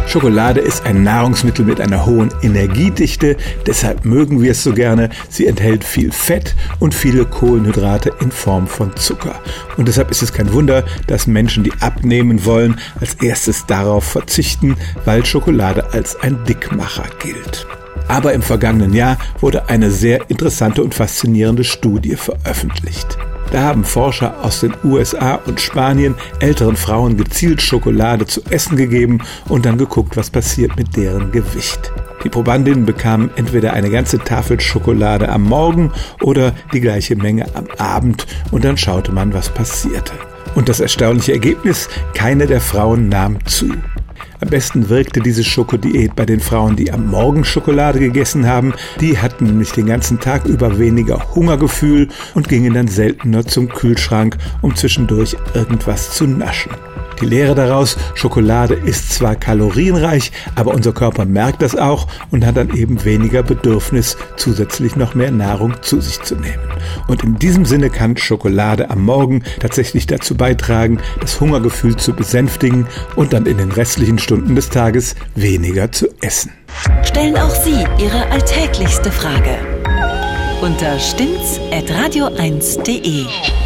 Schokolade ist ein Nahrungsmittel mit einer hohen Energiedichte, deshalb mögen wir es so gerne. Sie enthält viel Fett und viele Kohlenhydrate in Form von Zucker. Und deshalb ist es kein Wunder, dass Menschen, die abnehmen wollen, als erstes darauf verzichten, weil Schokolade als ein Dickmacher gilt. Aber im vergangenen Jahr wurde eine sehr interessante und faszinierende Studie veröffentlicht. Da haben Forscher aus den USA und Spanien älteren Frauen gezielt Schokolade zu essen gegeben und dann geguckt, was passiert mit deren Gewicht. Die Probandinnen bekamen entweder eine ganze Tafel Schokolade am Morgen oder die gleiche Menge am Abend und dann schaute man, was passierte. Und das erstaunliche Ergebnis: keine der Frauen nahm zu. Am besten wirkte diese Schokodiät bei den Frauen, die am Morgen Schokolade gegessen haben. Die hatten nämlich den ganzen Tag über weniger Hungergefühl und gingen dann seltener zum Kühlschrank, um zwischendurch irgendwas zu naschen. Die Lehre daraus: Schokolade ist zwar kalorienreich, aber unser Körper merkt das auch und hat dann eben weniger Bedürfnis, zusätzlich noch mehr Nahrung zu sich zu nehmen. Und in diesem Sinne kann Schokolade am Morgen tatsächlich dazu beitragen, das Hungergefühl zu besänftigen und dann in den restlichen Stunden des Tages weniger zu essen. Stellen auch Sie Ihre alltäglichste Frage unter stimmts@radio1.de.